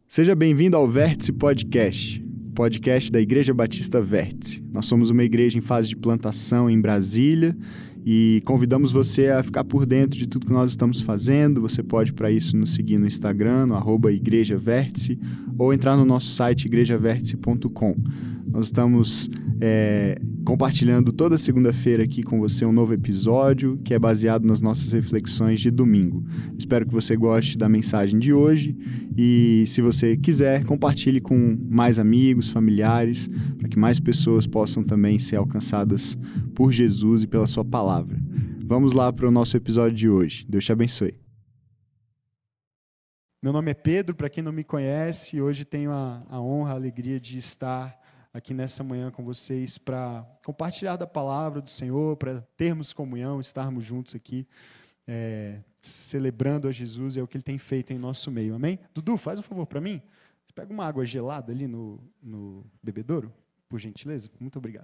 Seja bem-vindo ao Vértice Podcast, podcast da Igreja Batista Vértice. Nós somos uma igreja em fase de plantação em Brasília e convidamos você a ficar por dentro de tudo que nós estamos fazendo. Você pode, para isso, nos seguir no Instagram, no @Igreja Vértice, ou entrar no nosso site igrejavertice.com. Nós estamos compartilhando toda segunda-feira aqui com você um novo episódio que é baseado nas nossas reflexões de domingo. Espero que você goste da mensagem de hoje e, se você quiser, compartilhe com mais amigos, familiares, para que mais pessoas possam também ser alcançadas por Jesus e pela sua palavra. Vamos lá para o nosso episódio de hoje. Deus te abençoe. Meu nome é Pedro, para quem não me conhece, hoje tenho a honra, a alegria de estar aqui nessa manhã com vocês para compartilhar da palavra do Senhor, para termos comunhão, estarmos juntos aqui, celebrando a Jesus e é o que Ele tem feito em nosso meio, amém? Dudu, faz um favor para mim, pega uma água gelada ali no bebedouro, por gentileza, muito obrigado.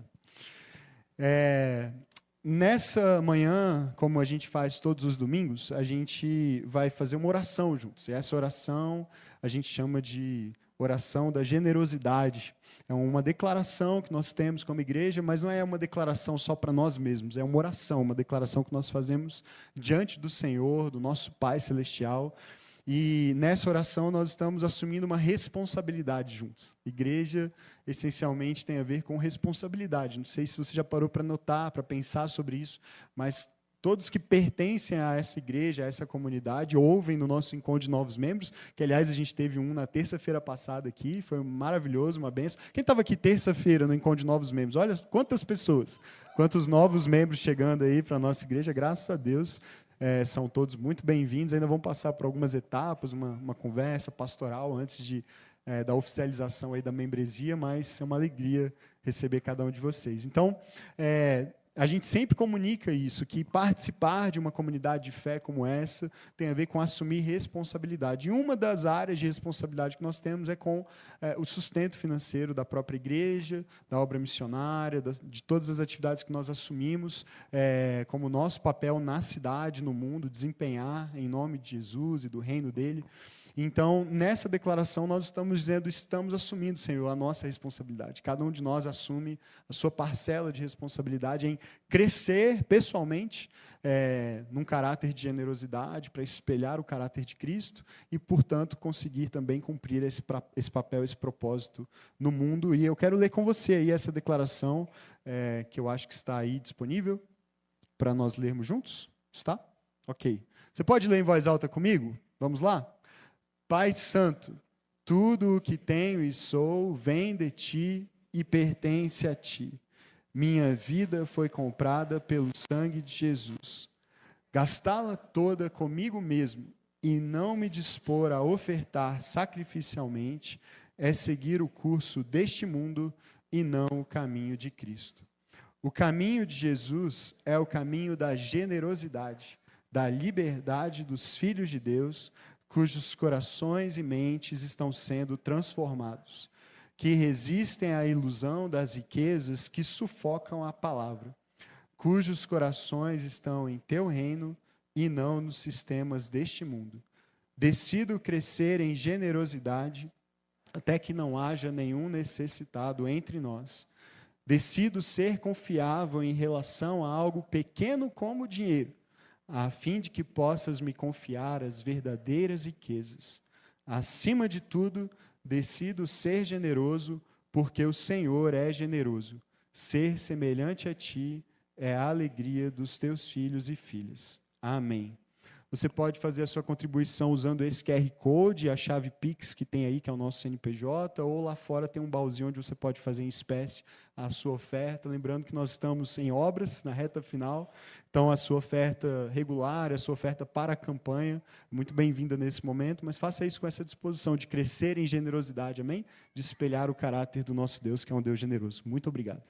Nessa manhã, como a gente faz todos os domingos, a gente vai fazer uma oração juntos, e essa oração a gente chama de oração da generosidade. É uma declaração que nós temos como igreja, mas não é uma declaração só para nós mesmos, é uma oração, uma declaração que nós fazemos diante do Senhor, do nosso Pai Celestial. E nessa oração nós estamos assumindo uma responsabilidade juntos. Igreja, essencialmente, tem a ver com responsabilidade. Não sei se você já parou para notar, para pensar sobre isso, mas todos que pertencem a essa igreja, a essa comunidade, ouvem no nosso encontro de novos membros, que, aliás, a gente teve um na terça-feira passada aqui, foi maravilhoso, uma benção. Quem estava aqui terça-feira no encontro de novos membros? Olha quantas pessoas, quantos novos membros chegando aí para a nossa igreja, graças a Deus. São todos muito bem-vindos, ainda vão passar por algumas etapas, uma conversa pastoral antes da oficialização aí da membresia, mas é uma alegria receber cada um de vocês. Então, a gente sempre comunica isso, que participar de uma comunidade de fé como essa tem a ver com assumir responsabilidade. E uma das áreas de responsabilidade que nós temos é com o sustento financeiro da própria igreja, da obra missionária, de todas as atividades que nós assumimos, como nosso papel na cidade, no mundo, desempenhar em nome de Jesus e do reino dele. Então, nessa declaração, nós estamos dizendo, estamos assumindo, Senhor, a nossa responsabilidade. Cada um de nós assume a sua parcela de responsabilidade em crescer pessoalmente, num caráter de generosidade, para espelhar o caráter de Cristo e, portanto, conseguir também cumprir esse papel, esse propósito no mundo. E eu quero ler com você aí essa declaração, que eu acho que está aí disponível para nós lermos juntos. Está? Ok. Você pode ler em voz alta comigo? Vamos lá? Pai Santo, tudo o que tenho e sou vem de Ti e pertence a Ti. Minha vida foi comprada pelo sangue de Jesus. Gastá-la toda comigo mesmo e não me dispor a ofertar sacrificialmente é seguir o curso deste mundo e não o caminho de Cristo. O caminho de Jesus é o caminho da generosidade, da liberdade dos filhos de Deus, cujos corações e mentes estão sendo transformados, que resistem à ilusão das riquezas que sufocam a palavra, cujos corações estão em teu reino e não nos sistemas deste mundo. Decido crescer em generosidade até que não haja nenhum necessitado entre nós. Decido ser confiável em relação a algo pequeno como o dinheiro, a fim de que possas me confiar as verdadeiras riquezas. Acima de tudo, decido ser generoso, porque o Senhor é generoso. Ser semelhante a Ti é a alegria dos Teus filhos e filhas. Amém. Você pode fazer a sua contribuição usando esse QR Code, a chave Pix que tem aí, que é o nosso CNPJ, ou lá fora tem um baúzinho onde você pode fazer em espécie a sua oferta. Lembrando que nós estamos em obras, na reta final, então a sua oferta regular, a sua oferta para a campanha, muito bem-vinda nesse momento, mas faça isso com essa disposição de crescer em generosidade, amém? De espelhar o caráter do nosso Deus, que é um Deus generoso. Muito obrigado.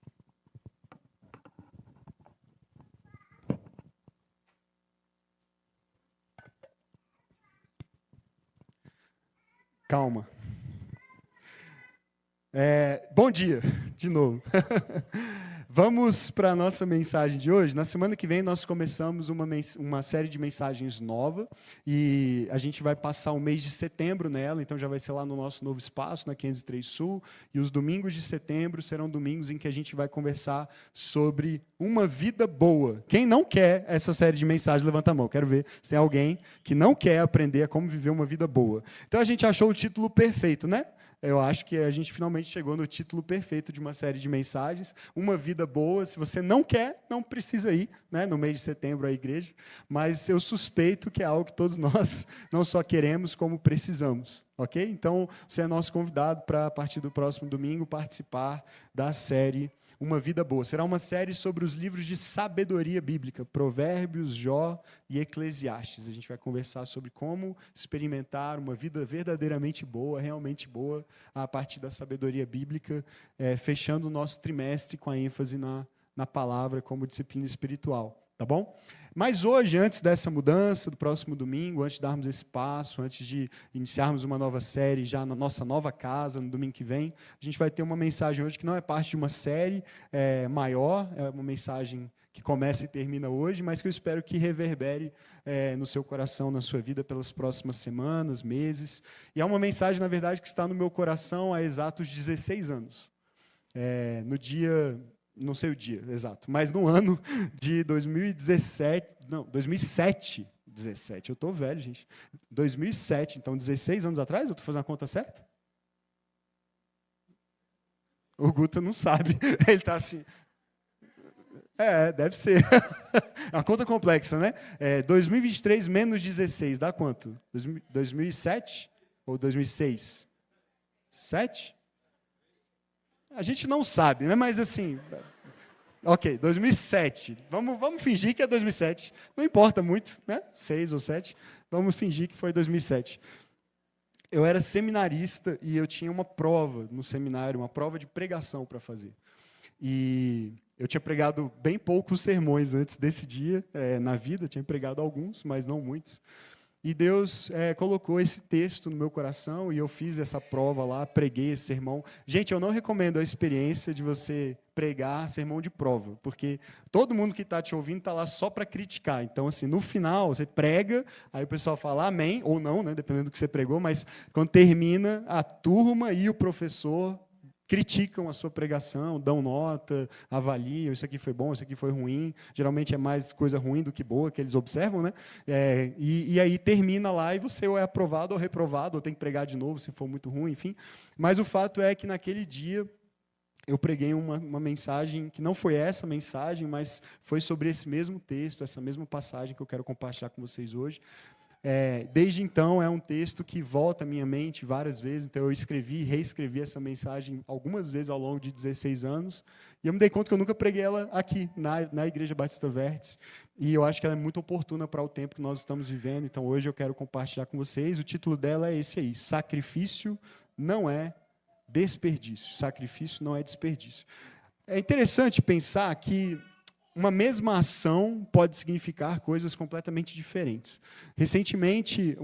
Calma. Bom dia, de novo. Vamos para a nossa mensagem de hoje. Na semana que vem nós começamos uma série de mensagens nova e a gente vai passar o mês de setembro nela, então já vai ser lá no nosso novo espaço, na 503 Sul, e os domingos de setembro serão domingos em que a gente vai conversar sobre uma vida boa. Quem não quer essa série de mensagens, levanta a mão. Quero ver se tem alguém que não quer aprender a como viver uma vida boa. Então a gente achou o título perfeito, né? Eu acho que a gente finalmente chegou no título perfeito de uma série de mensagens, uma vida boa. Se você não quer, não precisa ir, né, no mês de setembro à igreja, mas eu suspeito que é algo que todos nós não só queremos, como precisamos, ok? Então, você é nosso convidado para, a partir do próximo domingo, participar da série Uma Vida Boa. Será uma série sobre os livros de sabedoria bíblica, Provérbios, Jó e Eclesiastes. A gente vai conversar sobre como experimentar uma vida verdadeiramente boa, realmente boa, a partir da sabedoria bíblica, fechando o nosso trimestre com a ênfase na palavra como disciplina espiritual. Tá bom? Mas hoje, antes dessa mudança, do próximo domingo, antes de darmos esse passo, antes de iniciarmos uma nova série já na nossa nova casa, no domingo que vem, a gente vai ter uma mensagem hoje que não é parte de uma série maior, é uma mensagem que começa e termina hoje, mas que eu espero que reverbere no seu coração, na sua vida, pelas próximas semanas, meses. E é uma mensagem, na verdade, que está no meu coração há exatos 16 anos. No dia... Não sei o dia exato, mas no ano de 2017, não, 2007, 17, eu estou velho, gente, 2007, então 16 anos atrás, eu estou fazendo a conta certa? O Guta não sabe, ele está assim, deve ser, é uma conta complexa, né? 2023 menos 16, dá quanto? 2007 ou 2006? 7? A gente não sabe, né? Mas assim, ok, 2007. Vamos fingir que é 2007. Não importa muito, né? 6 ou 7. Vamos fingir que foi 2007. Eu era seminarista e eu tinha uma prova no seminário, uma prova de pregação para fazer. E eu tinha pregado bem poucos sermões antes desse dia, na vida. Eu tinha pregado alguns, mas não muitos. E Deus colocou esse texto no meu coração e eu fiz essa prova lá, preguei esse sermão. Gente, eu não recomendo a experiência de você pregar sermão de prova, porque todo mundo que está te ouvindo está lá só para criticar. Então, assim, no final, você prega, aí o pessoal fala amém, ou não, né, dependendo do que você pregou, mas quando termina, a turma e o professor criticam a sua pregação, dão nota, avaliam, isso aqui foi bom, isso aqui foi ruim. Geralmente é mais coisa ruim do que boa que eles observam, né? E aí termina lá e você ou é aprovado ou reprovado, ou tem que pregar de novo se for muito ruim, enfim. Mas o fato é que naquele dia eu preguei uma mensagem que não foi essa mensagem, mas foi sobre esse mesmo texto, essa mesma passagem que eu quero compartilhar com vocês hoje. Desde então, é um texto que volta à minha mente várias vezes, então eu escrevi e reescrevi essa mensagem algumas vezes ao longo de 16 anos, e eu me dei conta que eu nunca preguei ela aqui, na Igreja Batista Vértice, e eu acho que ela é muito oportuna para o tempo que nós estamos vivendo, então hoje eu quero compartilhar com vocês. O título dela é esse aí: Sacrifício não é desperdício. Sacrifício não é desperdício. É interessante pensar que uma mesma ação pode significar coisas completamente diferentes. Recentemente,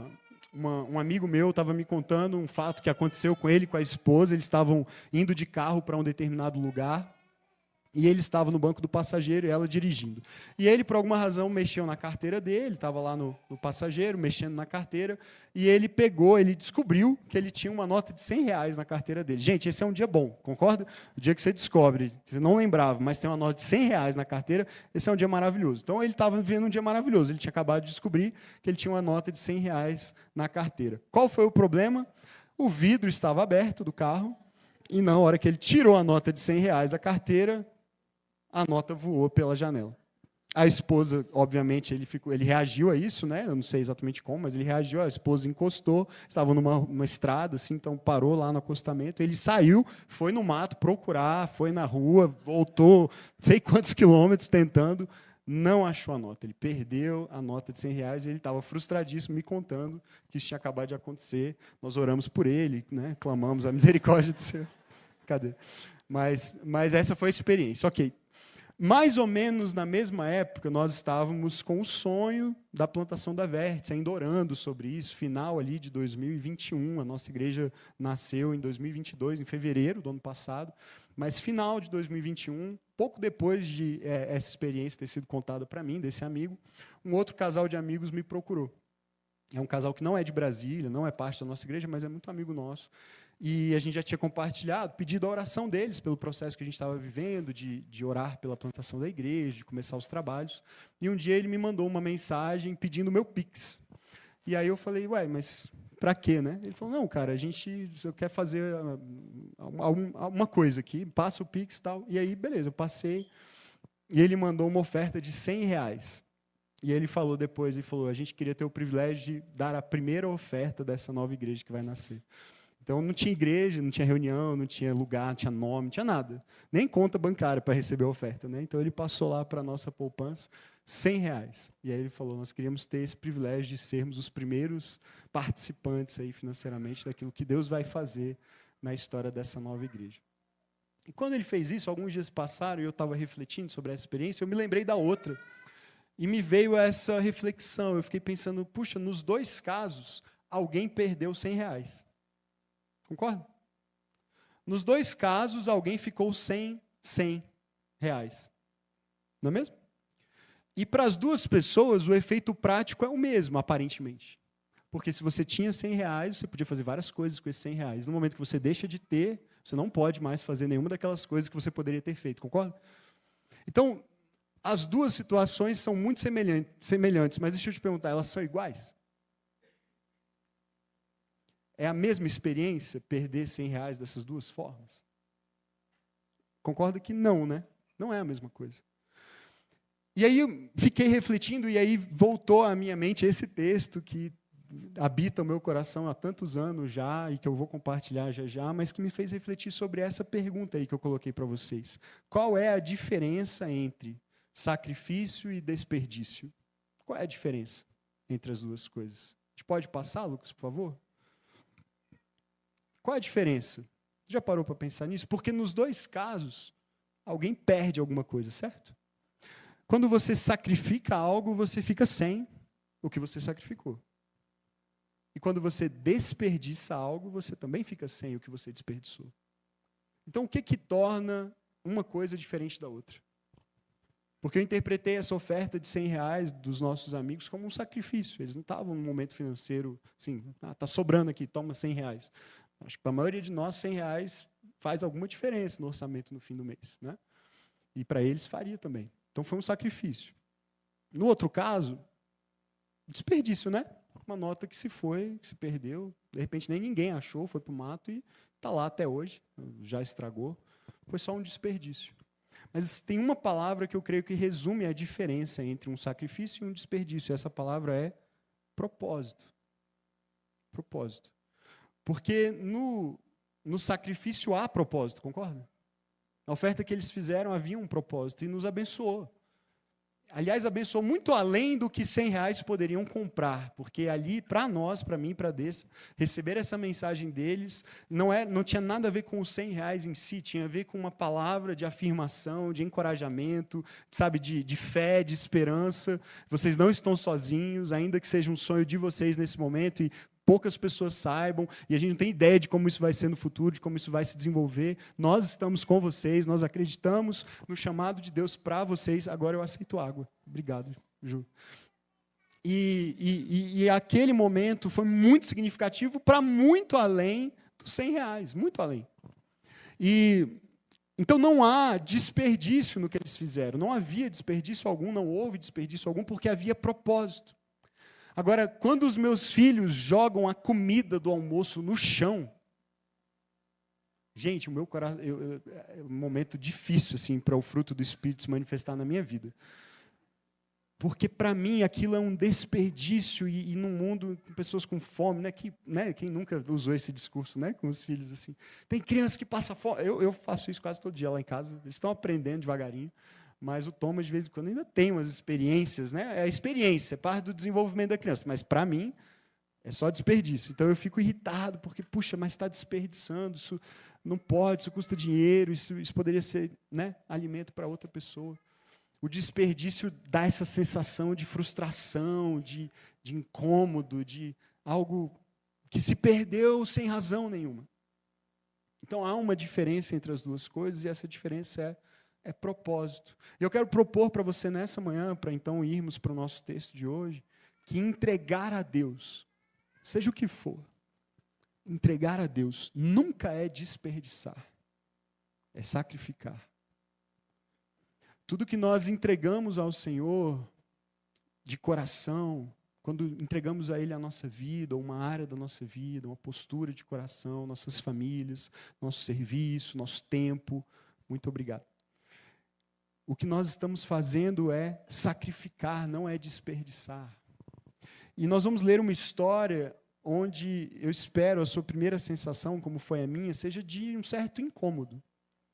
um amigo meu estava me contando um fato que aconteceu com ele e com a esposa. Eles estavam indo de carro para um determinado lugar e ele estava no banco do passageiro e ela dirigindo. E ele, por alguma razão, mexeu na carteira dele, estava lá no passageiro, mexendo na carteira, e ele descobriu que ele tinha uma nota de R$100 na carteira dele. Gente, esse é um dia bom, concorda? O dia que você descobre, você não lembrava, mas tem uma nota de R$100 na carteira, esse é um dia maravilhoso. Então, ele estava vivendo um dia maravilhoso, ele tinha acabado de descobrir que ele tinha uma nota de R$100 na carteira. Qual foi o problema? O vidro estava aberto do carro, e na hora que ele tirou a nota de R$100 da carteira, a nota voou pela janela. A esposa, obviamente, ele reagiu a isso, né? Eu não sei exatamente como, mas ele reagiu. A esposa encostou, estava numa estrada, assim, então parou lá no acostamento. Ele saiu, foi no mato procurar, foi na rua, voltou não sei quantos quilômetros tentando, não achou a nota. Ele perdeu a nota de R$100 e ele estava frustradíssimo, me contando que isso tinha acabado de acontecer. Nós oramos por ele, né? Clamamos a misericórdia do Senhor. Cadê? Mas essa foi a experiência. Ok. Mais ou menos na mesma época, nós estávamos com o sonho da plantação da Vértice, ainda orando sobre isso, final ali de 2021. A nossa igreja nasceu em 2022, em fevereiro do ano passado, mas final de 2021, pouco depois de essa experiência ter sido contada para mim, desse amigo, um outro casal de amigos me procurou. É um casal que não é de Brasília, não é parte da nossa igreja, mas é muito amigo nosso. E a gente já tinha compartilhado, pedido a oração deles pelo processo que a gente estava vivendo, de orar pela plantação da igreja, de começar os trabalhos. E um dia ele me mandou uma mensagem pedindo o meu Pix. E aí eu falei, ué, mas para quê, né? Ele falou, não, cara, a gente quer fazer uma coisa aqui, passa o Pix e tal. E aí, beleza, eu passei. E ele mandou uma oferta de R$100. E ele falou depois, a gente queria ter o privilégio de dar a primeira oferta dessa nova igreja que vai nascer. Então, não tinha igreja, não tinha reunião, não tinha lugar, não tinha nome, não tinha nada. Nem conta bancária para receber a oferta, né? Então, ele passou lá para a nossa poupança R$100. E aí ele falou, nós queríamos ter esse privilégio de sermos os primeiros participantes aí financeiramente daquilo que Deus vai fazer na história dessa nova igreja. E quando ele fez isso, alguns dias passaram e eu estava refletindo sobre essa experiência, eu me lembrei da outra. E me veio essa reflexão. Eu fiquei pensando, puxa, nos dois casos, alguém perdeu R$100. Concorda? Nos dois casos, alguém ficou sem R$100. Não é mesmo? E para as duas pessoas, o efeito prático é o mesmo, aparentemente. Porque se você tinha R$100, você podia fazer várias coisas com esses R$100. No momento que você deixa de ter, você não pode mais fazer nenhuma daquelas coisas que você poderia ter feito. Concorda? Então, as duas situações são muito semelhantes, mas deixa eu te perguntar, elas são iguais? É a mesma experiência perder R$100 dessas duas formas? Concordo que não, né? Não é a mesma coisa. E aí eu fiquei refletindo, e aí voltou à minha mente esse texto que habita o meu coração há tantos anos já, e que eu vou compartilhar já, mas que me fez refletir sobre essa pergunta aí que eu coloquei para vocês. Qual é a diferença entre sacrifício e desperdício? Qual é a diferença entre as duas coisas? A gente pode passar, Lucas, por favor? Qual é a diferença? Já parou para pensar nisso? Porque nos dois casos, alguém perde alguma coisa, certo? Quando você sacrifica algo, você fica sem o que você sacrificou. E quando você desperdiça algo, você também fica sem o que você desperdiçou. Então, o que torna uma coisa diferente da outra? Porque eu interpretei essa oferta de R$100 dos nossos amigos como um sacrifício. Eles não estavam num momento financeiro assim, está sobrando aqui, toma R$100. Acho que para a maioria de nós, R$100 faz alguma diferença no orçamento no fim do mês, né? E para eles faria também. Então foi um sacrifício. No outro caso, desperdício, né? Uma nota que se foi, que se perdeu, de repente nem ninguém achou, foi para o mato e está lá até hoje, já estragou. Foi só um desperdício. Mas tem uma palavra que eu creio que resume a diferença entre um sacrifício e um desperdício. E essa palavra é propósito. Propósito. Porque no sacrifício há propósito, concorda? Na oferta que eles fizeram havia um propósito e nos abençoou. Aliás, abençoou muito além do que R$100 poderiam comprar, porque ali, para nós, para mim, para Dessa, receber essa mensagem deles não tinha nada a ver com os R$100 em si, tinha a ver com uma palavra de afirmação, de encorajamento, sabe, de fé, de esperança. Vocês não estão sozinhos, ainda que seja um sonho de vocês nesse momento, e poucas pessoas saibam, e a gente não tem ideia de como isso vai ser no futuro, de como isso vai se desenvolver. Nós estamos com vocês, nós acreditamos no chamado de Deus para vocês. Agora eu aceito água. Obrigado, Ju. E aquele momento foi muito significativo para muito além dos R$100, muito além. Então não há desperdício no que eles fizeram, não havia desperdício algum, não houve desperdício algum, porque havia propósito. Agora, quando os meus filhos jogam a comida do almoço no chão, gente, o meu coração é um momento difícil assim, para o fruto do Espírito se manifestar na minha vida. Porque, para mim, aquilo é um desperdício, e num mundo com pessoas com fome, né, quem nunca usou esse discurso, né, com os filhos assim? Tem criança que passa fome. Eu faço isso quase todo dia lá em casa, eles estão aprendendo devagarinho. Mas o Thomas, de vez em quando, ainda tem umas experiências, né? É a experiência, é parte do desenvolvimento da criança. Mas, para mim, é só desperdício. Então, eu fico irritado, porque, puxa, mas está desperdiçando, isso não pode, isso custa dinheiro, isso poderia ser, né, alimento para outra pessoa. O desperdício dá essa sensação de frustração, de incômodo, de algo que se perdeu sem razão nenhuma. Então há uma diferença entre as duas coisas, e essa diferença é propósito. E eu quero propor para você nessa manhã, para então irmos para o nosso texto de hoje, que entregar a Deus, seja o que for, entregar a Deus nunca é desperdiçar, é sacrificar. Tudo que nós entregamos ao Senhor de coração, quando entregamos a Ele a nossa vida, ou uma área da nossa vida, uma postura de coração, nossas famílias, nosso serviço, nosso tempo, muito obrigado. O que nós estamos fazendo é sacrificar, não é desperdiçar. E nós vamos ler uma história onde eu espero a sua primeira sensação, como foi a minha, seja de um certo incômodo.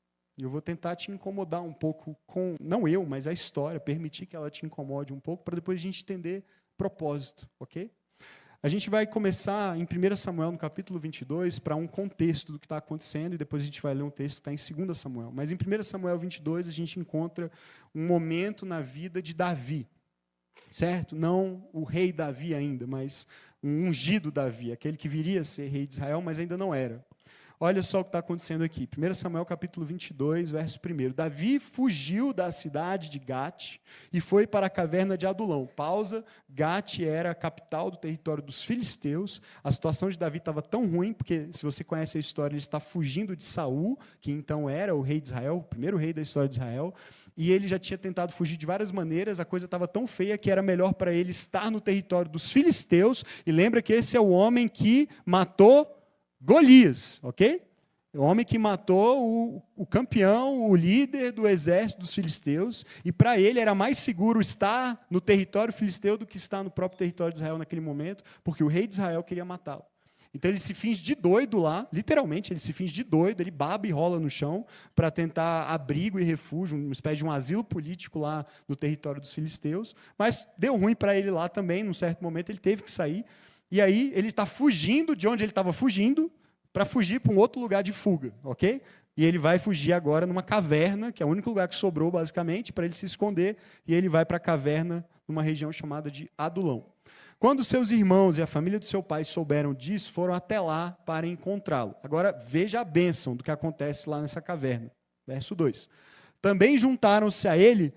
E eu vou tentar te incomodar um pouco com, não eu, mas a história, permitir que ela te incomode um pouco, para depois a gente entender propósito, ok? A gente vai começar em 1 Samuel, no capítulo 22, para um contexto do que está acontecendo, e depois a gente vai ler um texto que está em 2 Samuel. Mas em 1 Samuel 22, a gente encontra um momento na vida de Davi, certo? Não o rei Davi ainda, mas um ungido Davi, aquele que viria a ser rei de Israel, mas ainda não era. Olha só o que está acontecendo aqui. 1 Samuel capítulo 22, verso 1. Davi fugiu da cidade de Gate e foi para a caverna de Adulão. Pausa. Gate era a capital do território dos filisteus. A situação de Davi estava tão ruim, porque se você conhece a história, ele está fugindo de Saul, que então era o rei de Israel, o primeiro rei da história de Israel. E ele já tinha tentado fugir de várias maneiras. A coisa estava tão feia que era melhor para ele estar no território dos filisteus. E lembra que esse é o homem que matou Golias, ok? O homem que matou o campeão, o líder do exército dos filisteus, e para ele era mais seguro estar no território filisteu do que estar no próprio território de Israel naquele momento, porque o rei de Israel queria matá-lo. Então ele se finge de doido lá, literalmente, ele se finge de doido, ele baba e rola no chão para tentar abrigo e refúgio, uma espécie de um asilo político lá no território dos filisteus, mas deu ruim para ele lá também, num certo momento ele teve que sair. E aí ele está fugindo de onde ele estava fugindo para fugir para um outro lugar de fuga, ok? E ele vai fugir agora numa caverna, que é o único lugar que sobrou, basicamente, para ele se esconder, e ele vai para a caverna numa região chamada de Adulão. Quando seus irmãos e a família do seu pai souberam disso, foram até lá para encontrá-lo. Agora, veja a bênção do que acontece lá nessa caverna. Verso 2. Também juntaram-se a ele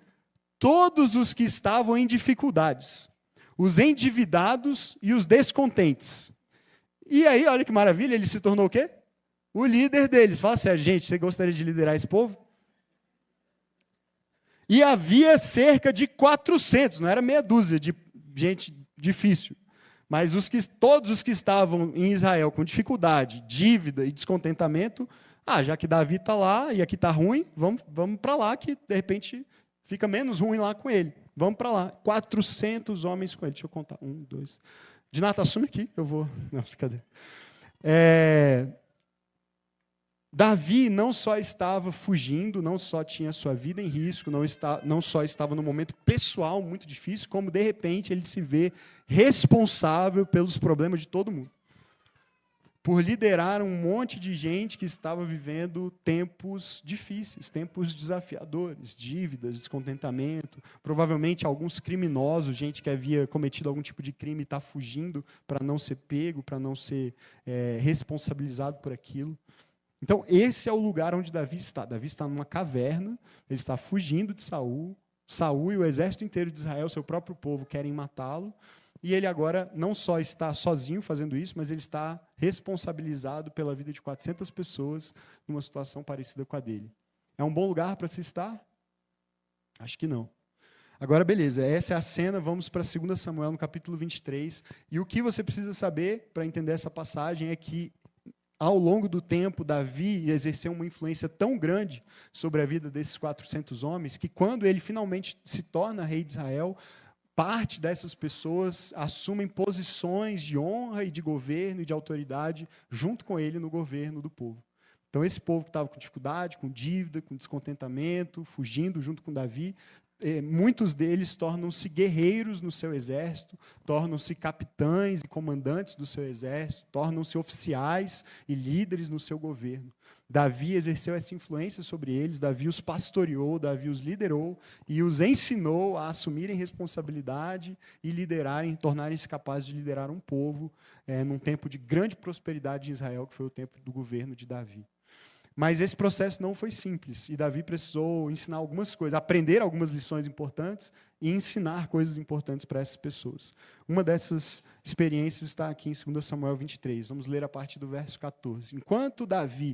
todos os que estavam em dificuldades, os endividados e os descontentes. E aí, olha que maravilha, ele se tornou o quê? O líder deles. Fala sério, gente, você gostaria de liderar esse povo? E havia cerca de 400, não era meia dúzia de gente difícil, mas todos os que estavam em Israel com dificuldade, dívida e descontentamento, já que Davi está lá e aqui está ruim, vamos para lá que, de repente, fica menos ruim lá com ele. Vamos para lá. 400 homens com ele. Deixa eu contar. 1, 2. Dinata, assume aqui. Eu vou. Não, brincadeira. Davi não só estava fugindo, não só tinha sua vida em risco, não só estava num momento pessoal muito difícil, como, de repente, ele se vê responsável pelos problemas de todo mundo. Por liderar um monte de gente que estava vivendo tempos difíceis, tempos desafiadores, dívidas, descontentamento, provavelmente alguns criminosos, gente que havia cometido algum tipo de crime e está fugindo para não ser pego, para não ser responsabilizado por aquilo. Então, esse é o lugar onde Davi está. Davi está numa caverna, ele está fugindo de Saul. Saul e o exército inteiro de Israel, seu próprio povo, querem matá-lo. E ele agora não só está sozinho fazendo isso, mas ele está responsabilizado pela vida de 400 pessoas numa situação parecida com a dele. É um bom lugar para se estar? Acho que não. Agora, beleza, essa é a cena, vamos para 2 Samuel, no capítulo 23. E o que você precisa saber para entender essa passagem é que, ao longo do tempo, Davi exerceu uma influência tão grande sobre a vida desses 400 homens, que quando ele finalmente se torna rei de Israel, parte dessas pessoas assumem posições de honra e de governo e de autoridade junto com ele no governo do povo. Então, esse povo que estava com dificuldade, com dívida, com descontentamento, fugindo junto com Davi, muitos deles tornam-se guerreiros no seu exército, tornam-se capitães e comandantes do seu exército, tornam-se oficiais e líderes no seu governo. Davi exerceu essa influência sobre eles, Davi os pastoreou, Davi os liderou e os ensinou a assumirem responsabilidade e liderarem, tornarem-se capazes de liderar um povo num tempo de grande prosperidade em Israel, que foi o tempo do governo de Davi. Mas esse processo não foi simples, e Davi precisou ensinar algumas coisas, aprender algumas lições importantes e ensinar coisas importantes para essas pessoas. Uma dessas experiências está aqui em 2 Samuel 23. Vamos ler a partir do verso 14. Enquanto Davi,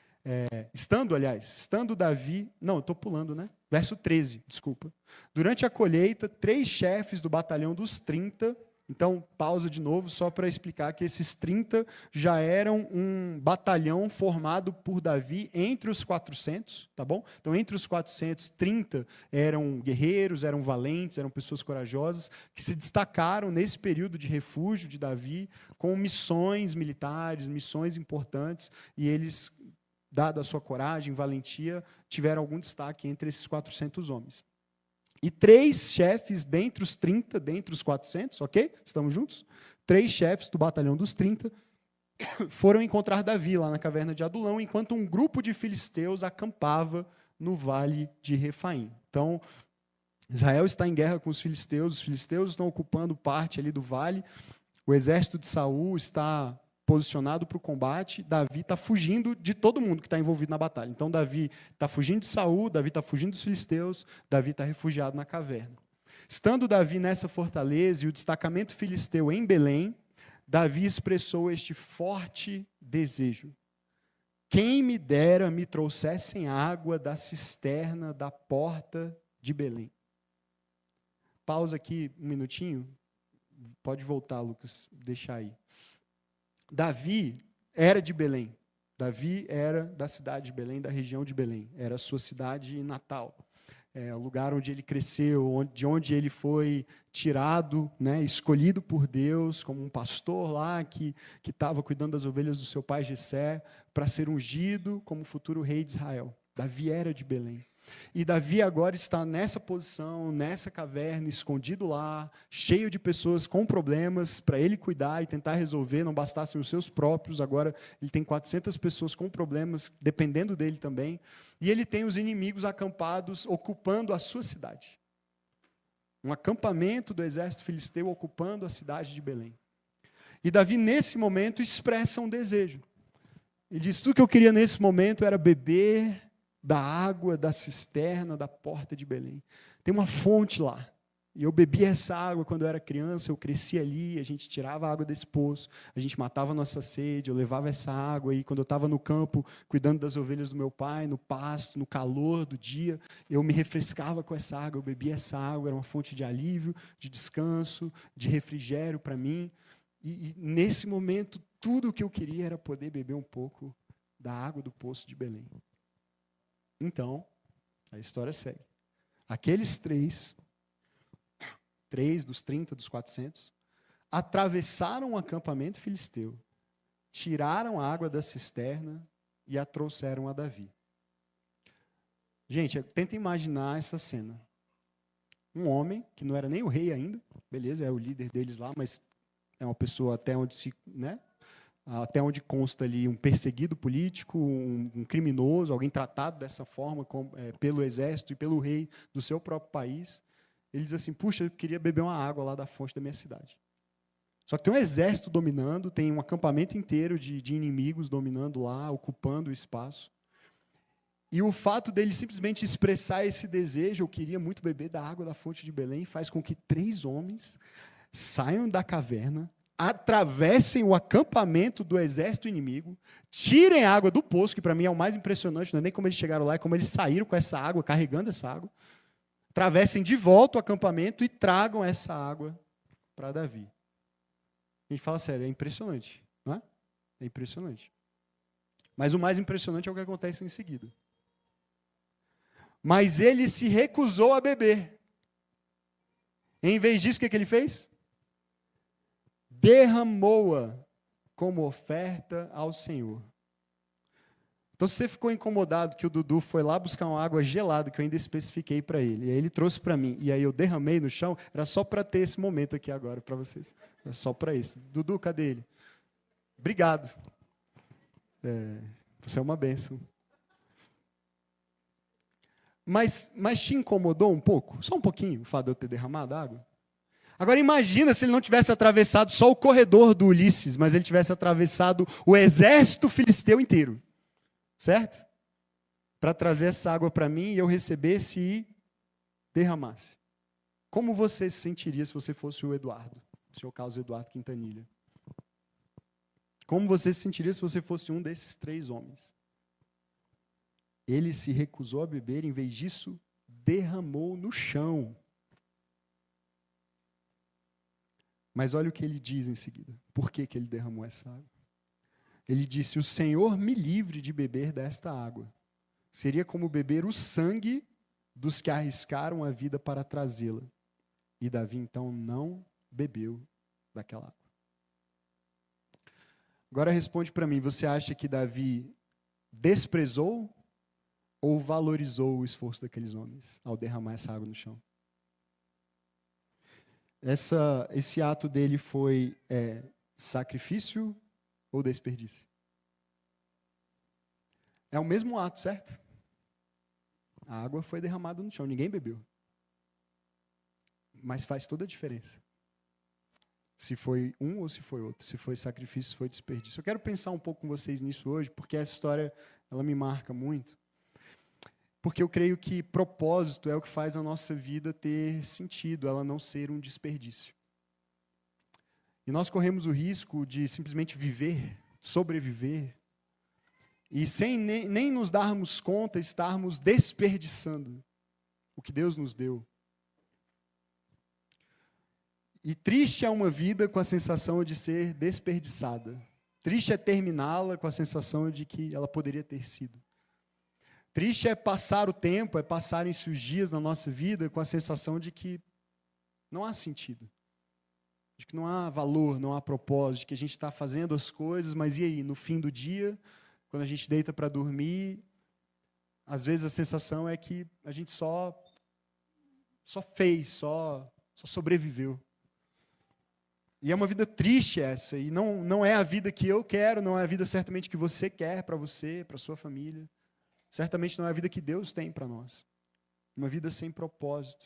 estando Davi... Não, eu estou pulando, né? Verso 13, desculpa. Durante a colheita, 3 chefes do batalhão dos 30... Então, pausa de novo, só para explicar que esses 30 já eram um batalhão formado por Davi entre os 400, tá bom? Então, entre os 400, 30 eram guerreiros, eram valentes, eram pessoas corajosas, que se destacaram nesse período de refúgio de Davi com missões militares, missões importantes, e eles, dada a sua coragem, valentia, tiveram algum destaque entre esses 400 homens. E 3 chefes dentre os 30, dentre os 400, ok? Estamos juntos? 3 chefes do batalhão dos 30 foram encontrar Davi lá na caverna de Adulão, enquanto um grupo de filisteus acampava no vale de Refaim. Então, Israel está em guerra com os filisteus estão ocupando parte ali do vale, o exército de Saul está posicionado para o combate, Davi está fugindo de todo mundo que está envolvido na batalha. Então, Davi está fugindo de Saul, Davi está fugindo dos filisteus, Davi está refugiado na caverna. Estando Davi nessa fortaleza e o destacamento filisteu em Belém, Davi expressou este forte desejo: quem me dera me trouxessem água da cisterna da porta de Belém. Pausa aqui um minutinho. Pode voltar, Lucas, deixar aí. Davi era de Belém. Davi era da cidade de Belém, da região de Belém. Era a sua cidade natal. O lugar onde ele cresceu, de onde ele foi tirado, né, escolhido por Deus como um pastor lá que estava cuidando das ovelhas do seu pai Jessé para ser ungido como futuro rei de Israel. Davi era de Belém. E Davi agora está nessa posição, nessa caverna, escondido lá, cheio de pessoas com problemas para ele cuidar e tentar resolver, não bastassem os seus próprios, agora ele tem 400 pessoas com problemas, dependendo dele também, e ele tem os inimigos acampados, ocupando a sua cidade. Um acampamento do exército filisteu ocupando a cidade de Belém. E Davi, nesse momento, expressa um desejo. Ele diz: tudo que eu queria nesse momento era beber da água da cisterna da porta de Belém. Tem uma fonte lá. E eu bebia essa água quando eu era criança, eu cresci ali, a gente tirava a água desse poço, a gente matava a nossa sede, eu levava essa água e quando eu estava no campo, cuidando das ovelhas do meu pai, no pasto, no calor do dia, eu me refrescava com essa água, eu bebia essa água, era uma fonte de alívio, de descanso, de refrigério para mim. E nesse momento, tudo o que eu queria era poder beber um pouco da água do poço de Belém. Então, a história segue. Aqueles 3 dos 30, dos 400, atravessaram o acampamento filisteu, tiraram a água da cisterna e a trouxeram a Davi. Gente, tenta imaginar essa cena. Um homem, que não era nem o rei ainda, beleza, é o líder deles lá, mas é uma pessoa até onde até onde consta ali um perseguido político, um criminoso, alguém tratado dessa forma pelo exército e pelo rei do seu próprio país. Ele diz assim: puxa, eu queria beber uma água lá da fonte da minha cidade. Só que tem um exército dominando, tem um acampamento inteiro de inimigos dominando lá, ocupando o espaço. E o fato dele simplesmente expressar esse desejo, eu queria muito beber da água da fonte de Belém, faz com que 3 homens saiam da caverna, atravessem o acampamento do exército inimigo, tirem a água do poço, que para mim é o mais impressionante, não é nem como eles chegaram lá, é como eles saíram com essa água, carregando essa água, atravessem de volta o acampamento e tragam essa água para Davi. A gente fala sério, é impressionante, não é? É impressionante. Mas o mais impressionante é o que acontece em seguida. Mas ele se recusou a beber. Em vez disso, o que ele fez? Derramou-a como oferta ao Senhor. Então, se você ficou incomodado que o Dudu foi lá buscar uma água gelada, que eu ainda especifiquei para ele, e aí ele trouxe para mim, e aí eu derramei no chão, era só para ter esse momento aqui agora para vocês. Era só para isso. Dudu, cadê ele? Obrigado. Você é uma bênção. Mas te incomodou um pouco? Só um pouquinho, o fato de eu ter derramado água? Agora imagina se ele não tivesse atravessado só o corredor do Ulisses, mas ele tivesse atravessado o exército filisteu inteiro. Certo? Para trazer essa água para mim e eu recebesse e derramasse. Como você se sentiria se você fosse o Eduardo, o senhor Carlos Eduardo Quintanilha? Como você se sentiria se você fosse um desses 3 homens? Ele se recusou a beber, em vez disso, derramou no chão. Mas olha o que ele diz em seguida. Por que ele derramou essa água? Ele disse: o Senhor me livre de beber desta água. Seria como beber o sangue dos que arriscaram a vida para trazê-la. E Davi, então, não bebeu daquela água. Agora responde para mim, você acha que Davi desprezou ou valorizou o esforço daqueles homens ao derramar essa água no chão? Esse ato dele foi sacrifício ou desperdício? É o mesmo ato, certo? A água foi derramada no chão, ninguém bebeu. Mas faz toda a diferença. Se foi um ou se foi outro, se foi sacrifício, se foi desperdício. Eu quero pensar um pouco com vocês nisso hoje, porque essa história ela me marca muito. Porque eu creio que propósito é o que faz a nossa vida ter sentido, ela não ser um desperdício. E nós corremos o risco de simplesmente viver, sobreviver, e sem nem nos darmos conta, estarmos desperdiçando o que Deus nos deu. E triste é uma vida com a sensação de ser desperdiçada. Triste é terminá-la com a sensação de que ela poderia ter sido. Triste é passar o tempo, é passarem-se os dias na nossa vida com a sensação de que não há sentido. De que não há valor, não há propósito, de que a gente está fazendo as coisas, mas e aí, no fim do dia, quando a gente deita para dormir, às vezes a sensação é que a gente só fez, só sobreviveu. E é uma vida triste essa, e não é a vida que eu quero, não é a vida certamente que você quer para você, para sua família. Certamente não é a vida que Deus tem para nós. Uma vida sem propósito.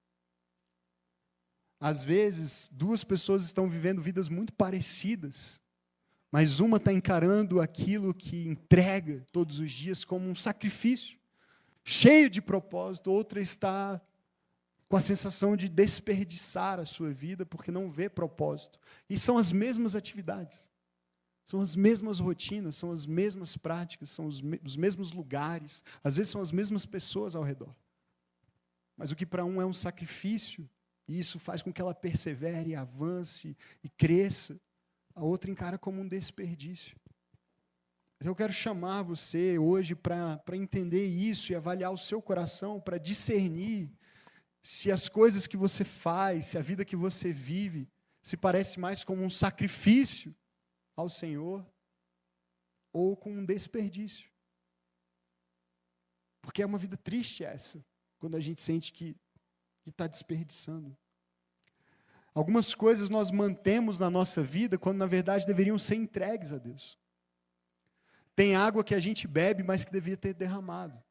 Às vezes, 2 pessoas estão vivendo vidas muito parecidas, mas uma está encarando aquilo que entrega todos os dias como um sacrifício, cheio de propósito, outra está com a sensação de desperdiçar a sua vida porque não vê propósito. E são as mesmas atividades, são as mesmas rotinas, são as mesmas práticas, são os mesmos lugares, às vezes são as mesmas pessoas ao redor. Mas o que para um é um sacrifício, e isso faz com que ela persevere, avance e cresça, a outra encara como um desperdício. Eu quero chamar você hoje para entender isso e avaliar o seu coração, para discernir se as coisas que você faz, se a vida que você vive, se parece mais como um sacrifício ao Senhor ou com um desperdício. Porque é uma vida triste essa, quando a gente sente que está desperdiçando. Algumas coisas nós mantemos na nossa vida quando na verdade deveriam ser entregues a Deus. Tem água que a gente bebe, mas que devia ter derramado.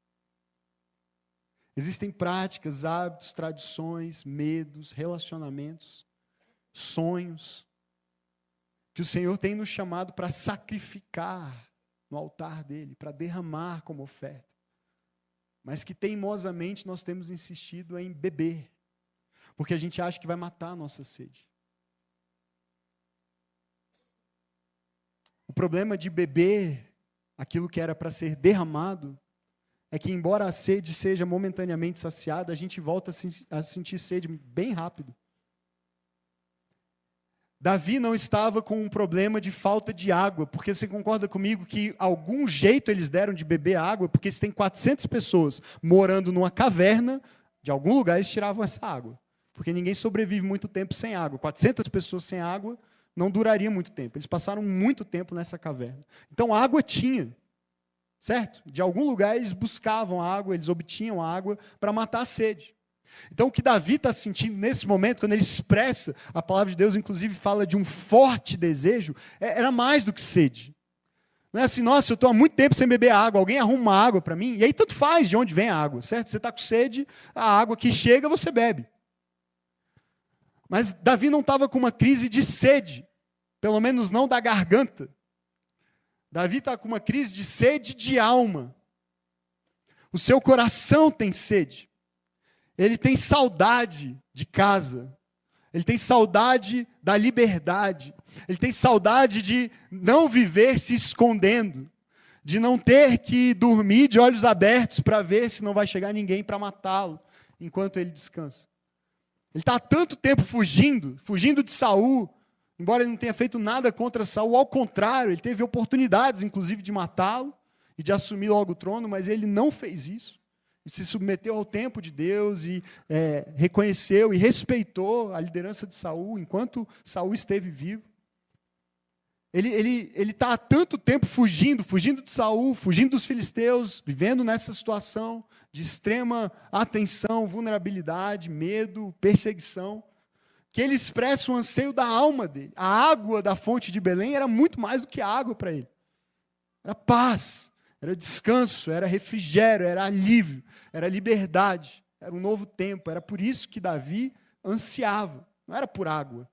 Existem práticas, hábitos, tradições, medos, relacionamentos, sonhos, que o Senhor tem nos chamado para sacrificar no altar dele, para derramar como oferta, mas que teimosamente nós temos insistido em beber, porque a gente acha que vai matar a nossa sede. O problema de beber aquilo que era para ser derramado é que, embora a sede seja momentaneamente saciada, a gente volta a sentir sede bem rápido. Davi não estava com um problema de falta de água, porque você concorda comigo que algum jeito eles deram de beber água, porque se tem 400 pessoas morando numa caverna, de algum lugar eles tiravam essa água, porque ninguém sobrevive muito tempo sem água. 400 pessoas sem água não duraria muito tempo. Eles passaram muito tempo nessa caverna. Então água tinha. certo? De algum lugar eles buscavam água, eles obtinham água para matar a sede. Então, o que Davi está sentindo nesse momento, quando ele expressa, a palavra de Deus, inclusive, fala de um forte desejo, era mais do que sede. Não é assim, nossa, eu estou há muito tempo sem beber água, alguém arruma uma água para mim, e aí tanto faz de onde vem a água, certo? Você está com sede, a água que chega, você bebe. Mas Davi não estava com uma crise de sede, pelo menos não da garganta. Davi está com uma crise de sede de alma. O seu coração tem sede. Ele tem saudade de casa. Ele tem saudade da liberdade. Ele tem saudade de não viver se escondendo. De não ter que dormir de olhos abertos para ver se não vai chegar ninguém para matá-lo enquanto ele descansa. Ele está há tanto tempo fugindo de Saul, embora ele não tenha feito nada contra Saul, ao contrário, ele teve oportunidades, inclusive, de matá-lo e de assumir logo o trono, mas ele não fez isso. E se submeteu ao tempo de Deus e reconheceu e respeitou a liderança de Saul enquanto Saul esteve vivo. Ele está há tanto tempo fugindo de Saul, fugindo dos filisteus, vivendo nessa situação de extrema atenção, vulnerabilidade, medo, perseguição, que ele expressa o anseio da alma dele. A água da fonte de Belém era muito mais do que água para ele. Era paz, era descanso, era refrigério, era alívio, era liberdade, era um novo tempo. Era por isso que Davi ansiava, não era por água.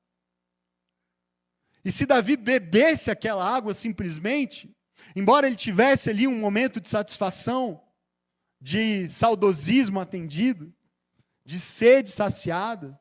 E se Davi bebesse aquela água simplesmente, embora ele tivesse ali um momento de satisfação, de saudosismo atendido, de sede saciada,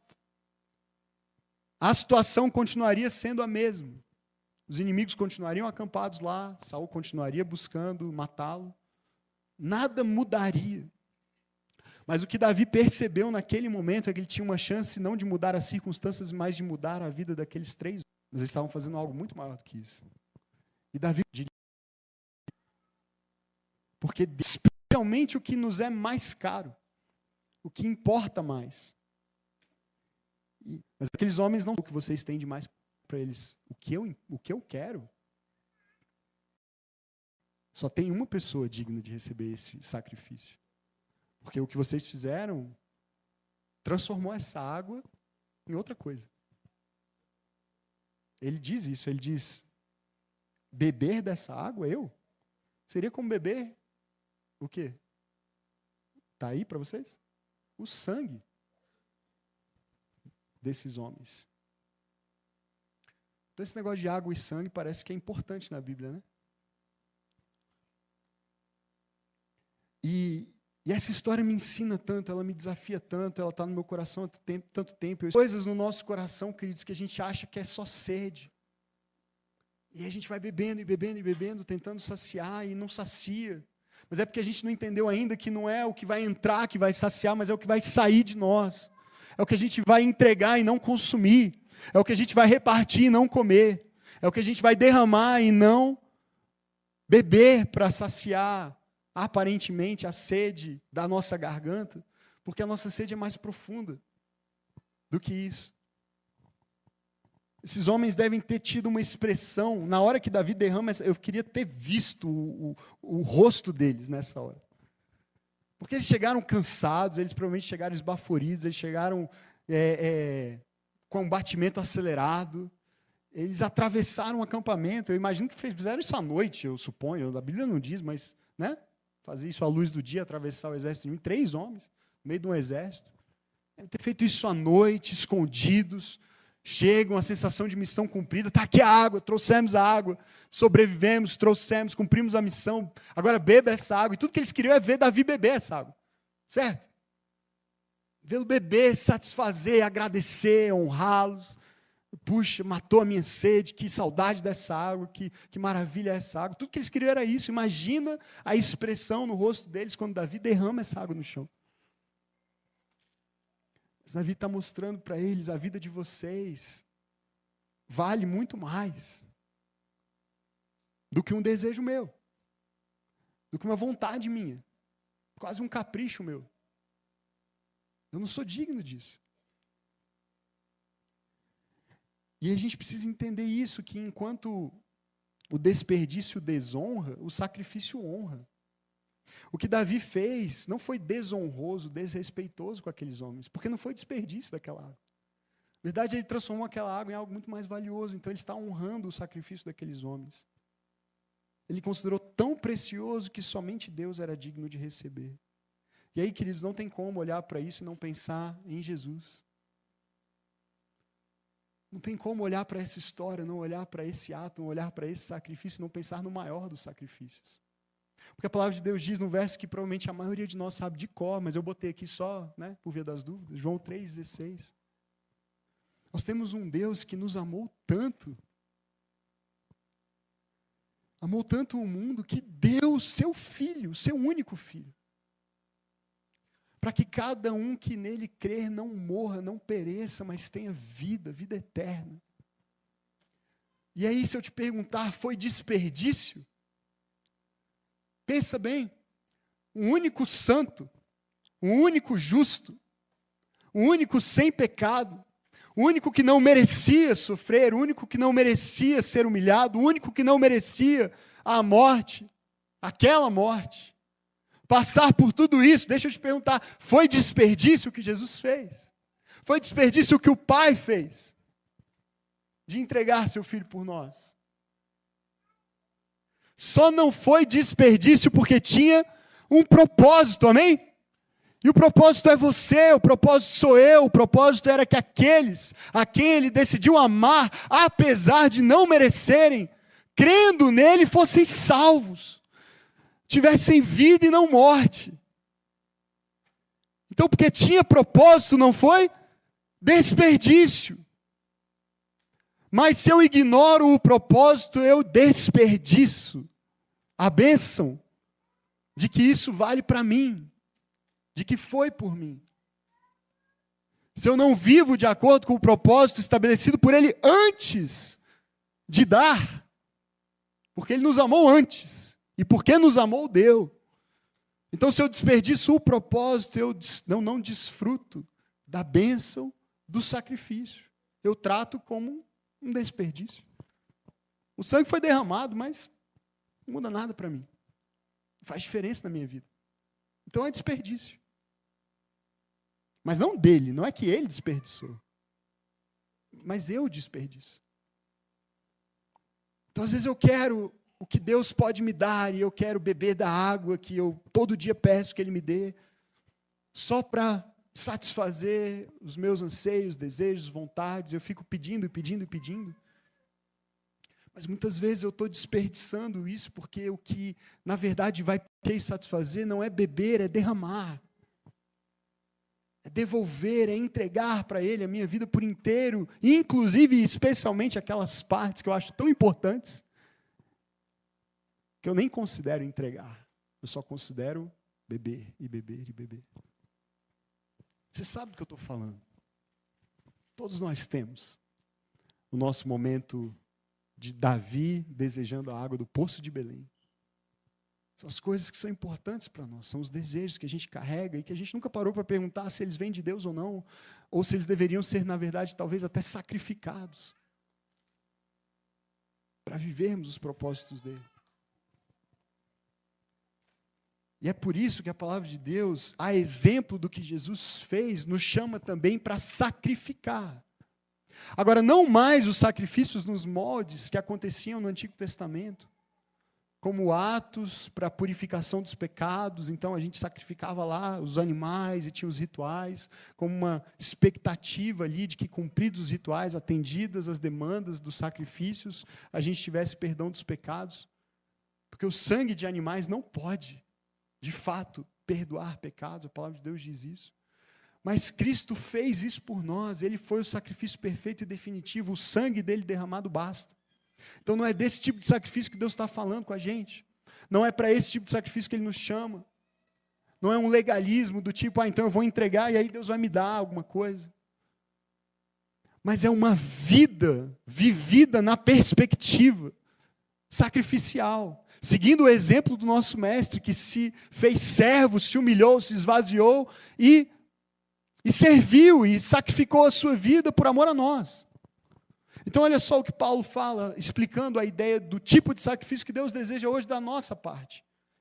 a situação continuaria sendo a mesma. Os inimigos continuariam acampados lá, Saul continuaria buscando matá-lo. Nada mudaria. Mas o que Davi percebeu naquele momento é que ele tinha uma chance não de mudar as circunstâncias, mas de mudar a vida daqueles 3. Mas eles estavam fazendo algo muito maior do que isso. E Davi diria, porque especialmente o que nos é mais caro, o que importa mais. Mas aqueles homens não, o que vocês têm de mais para eles, o que eu quero. Só tem uma pessoa digna de receber esse sacrifício. Porque o que vocês fizeram transformou essa água em outra coisa. Ele diz isso, ele diz, beber dessa água, seria como beber o quê? Está aí para vocês? O sangue desses homens. Então esse negócio de água e sangue parece que é importante na Bíblia, né? E essa história me ensina tanto, ela me desafia tanto, ela está no meu coração há tanto tempo. Coisas no nosso coração, queridos, que a gente acha que é só sede. E a gente vai bebendo e bebendo e bebendo, tentando saciar e não sacia. Mas é porque a gente não entendeu ainda que não é o que vai entrar que vai saciar, mas é o que vai sair de nós. É o que a gente vai entregar e não consumir. É o que a gente vai repartir e não comer. É o que a gente vai derramar e não beber para saciar aparentemente a sede da nossa garganta, porque a nossa sede é mais profunda do que isso. Esses homens devem ter tido uma expressão, na hora que Davi derrama, eu queria ter visto o rosto deles nessa hora. Porque eles chegaram cansados, eles provavelmente chegaram esbaforidos, eles chegaram com um batimento acelerado, eles atravessaram o acampamento, eu imagino que fizeram isso à noite, eu suponho, a Bíblia não diz, mas, né? Fazer isso à luz do dia, atravessar o exército inimigo, 3 homens, no meio de um exército. Devem ter feito isso à noite, escondidos, chegam, a sensação de missão cumprida, está aqui a água, trouxemos a água, sobrevivemos, trouxemos, cumprimos a missão, agora beba essa água. E tudo que eles queriam é ver Davi beber essa água, certo? Vê-lo beber, satisfazer, agradecer, honrá-los. Puxa, matou a minha sede, que saudade dessa água, que maravilha essa água. Tudo que eles queriam era isso. Imagina a expressão no rosto deles quando Davi derrama essa água no chão. Mas Davi está mostrando para eles, a vida de vocês vale muito mais do que um desejo meu, do que uma vontade minha, quase um capricho meu. Eu não sou digno disso. E a gente precisa entender isso, que enquanto o desperdício desonra, o sacrifício honra. O que Davi fez não foi desonroso, desrespeitoso com aqueles homens, porque não foi desperdício daquela água. Na verdade, ele transformou aquela água em algo muito mais valioso, então ele está honrando o sacrifício daqueles homens. Ele considerou tão precioso que somente Deus era digno de receber. E aí, queridos, não tem como olhar para isso e não pensar em Jesus. Não tem como olhar para essa história, não olhar para esse ato, não olhar para esse sacrifício, não pensar no maior dos sacrifícios. Porque a palavra de Deus diz no verso que provavelmente a maioria de nós sabe de cor, mas eu botei aqui só, por via das dúvidas, João 3,16. Nós temos um Deus que nos amou tanto o mundo, que deu o seu filho, o seu único filho, para que cada um que nele crer não morra, não pereça, mas tenha vida, vida eterna. E aí, se eu te perguntar, foi desperdício? Pensa bem, um único santo, um único justo, um único sem pecado, o único que não merecia sofrer, o único que não merecia ser humilhado, o único que não merecia a morte, aquela morte, passar por tudo isso. Deixa eu te perguntar, foi desperdício o que Jesus fez? Foi desperdício o que o Pai fez? De entregar seu Filho por nós? Só não foi desperdício porque tinha um propósito, amém? E o propósito é você, o propósito sou eu, o propósito era que aqueles a quem ele decidiu amar, apesar de não merecerem, crendo nele, fossem salvos, tivessem vida e não morte. Então, porque tinha propósito, não foi desperdício. Mas se eu ignoro o propósito, eu desperdiço a bênção de que isso vale para mim, de que foi por mim. Se eu não vivo de acordo com o propósito estabelecido por Ele antes de dar, porque Ele nos amou antes, e porque nos amou, deu. Então, se eu desperdiço o propósito, eu não desfruto da bênção do sacrifício. Eu trato como um desperdício. O sangue foi derramado, mas não muda nada para mim. Não faz diferença na minha vida. Então é desperdício. Mas não dele, não é que ele desperdiçou. Mas eu desperdiço. Então às vezes eu quero o que Deus pode me dar, e eu quero beber da água que eu todo dia peço que Ele me dê, só para satisfazer os meus anseios, desejos, vontades. Eu fico pedindo e pedindo e pedindo. Mas muitas vezes eu estou desperdiçando isso, porque o que, na verdade, vai satisfazer não é beber, é derramar. É devolver, é entregar para Ele a minha vida por inteiro, inclusive e especialmente aquelas partes que eu acho tão importantes, que eu nem considero entregar. Eu só considero beber e beber e beber. Você sabe do que eu estou falando. Todos nós temos o nosso momento de Davi desejando a água do poço de Belém. São as coisas que são importantes para nós, são os desejos que a gente carrega e que a gente nunca parou para perguntar se eles vêm de Deus ou não, ou se eles deveriam ser, na verdade, talvez até sacrificados para vivermos os propósitos dele. E é por isso que a palavra de Deus, a exemplo do que Jesus fez, nos chama também para sacrificar. Agora, não mais os sacrifícios nos moldes que aconteciam no Antigo Testamento, como atos para a purificação dos pecados. Então a gente sacrificava lá os animais e tinha os rituais, como uma expectativa ali de que, cumpridos os rituais, atendidas as demandas dos sacrifícios, a gente tivesse perdão dos pecados. Porque o sangue de animais não pode, de fato, perdoar pecados. A palavra de Deus diz isso. Mas Cristo fez isso por nós. Ele foi o sacrifício perfeito e definitivo. O sangue dele derramado basta. Então não é desse tipo de sacrifício que Deus está falando com a gente. Não é para esse tipo de sacrifício que Ele nos chama. Não é um legalismo do tipo, então eu vou entregar e aí Deus vai me dar alguma coisa. Mas é uma vida vivida na perspectiva sacrificial, seguindo o exemplo do nosso mestre, que se fez servo, se humilhou, se esvaziou e serviu e sacrificou a sua vida por amor a nós. Então olha só o que Paulo fala, explicando a ideia do tipo de sacrifício que Deus deseja hoje da nossa parte.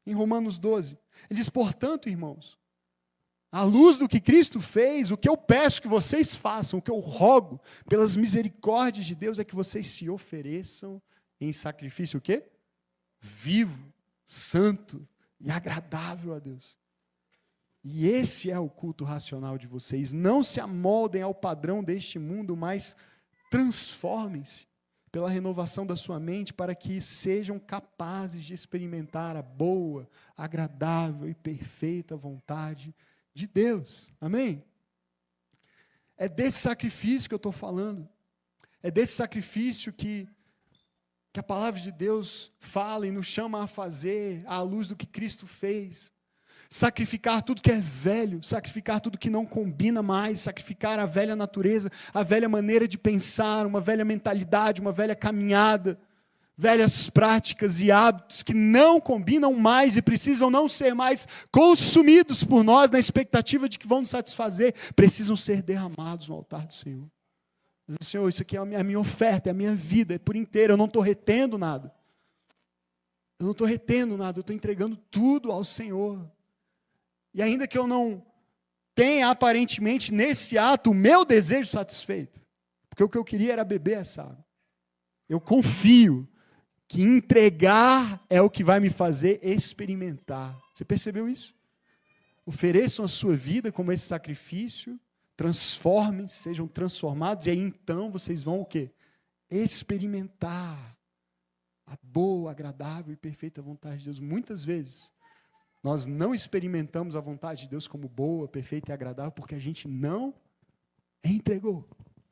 em Romanos 12. Ele diz, portanto, irmãos, à luz do que Cristo fez, o que eu peço que vocês façam, o que eu rogo, pelas misericórdias de Deus, é que vocês se ofereçam em sacrifício o quê? Vivo, santo e agradável a Deus. E esse é o culto racional de vocês. Não se amoldem ao padrão deste mundo, mas transformem-se pela renovação da sua mente para que sejam capazes de experimentar a boa, agradável e perfeita vontade de Deus. Amém? É desse sacrifício que eu estou falando. É desse sacrifício que a palavra de Deus fala e nos chama a fazer à luz do que Cristo fez. Sacrificar tudo que é velho, sacrificar tudo que não combina mais, sacrificar a velha natureza, a velha maneira de pensar, uma velha mentalidade, uma velha caminhada, velhas práticas e hábitos que não combinam mais e precisam não ser mais consumidos por nós na expectativa de que vão nos satisfazer, precisam ser derramados no altar do Senhor. Senhor, isso aqui é a minha oferta, é a minha vida, é por inteiro, eu não estou retendo nada. Eu não estou retendo nada, eu estou entregando tudo ao Senhor. E ainda que eu não tenha aparentemente nesse ato o meu desejo satisfeito, porque o que eu queria era beber essa água. Eu confio que entregar é o que vai me fazer experimentar. Você percebeu isso? Ofereçam a sua vida como esse sacrifício, transformem, sejam transformados, e aí então vocês vão o quê? Experimentar a boa, agradável e perfeita vontade de Deus. Muitas vezes, nós não experimentamos a vontade de Deus como boa, perfeita e agradável, porque a gente não entregou.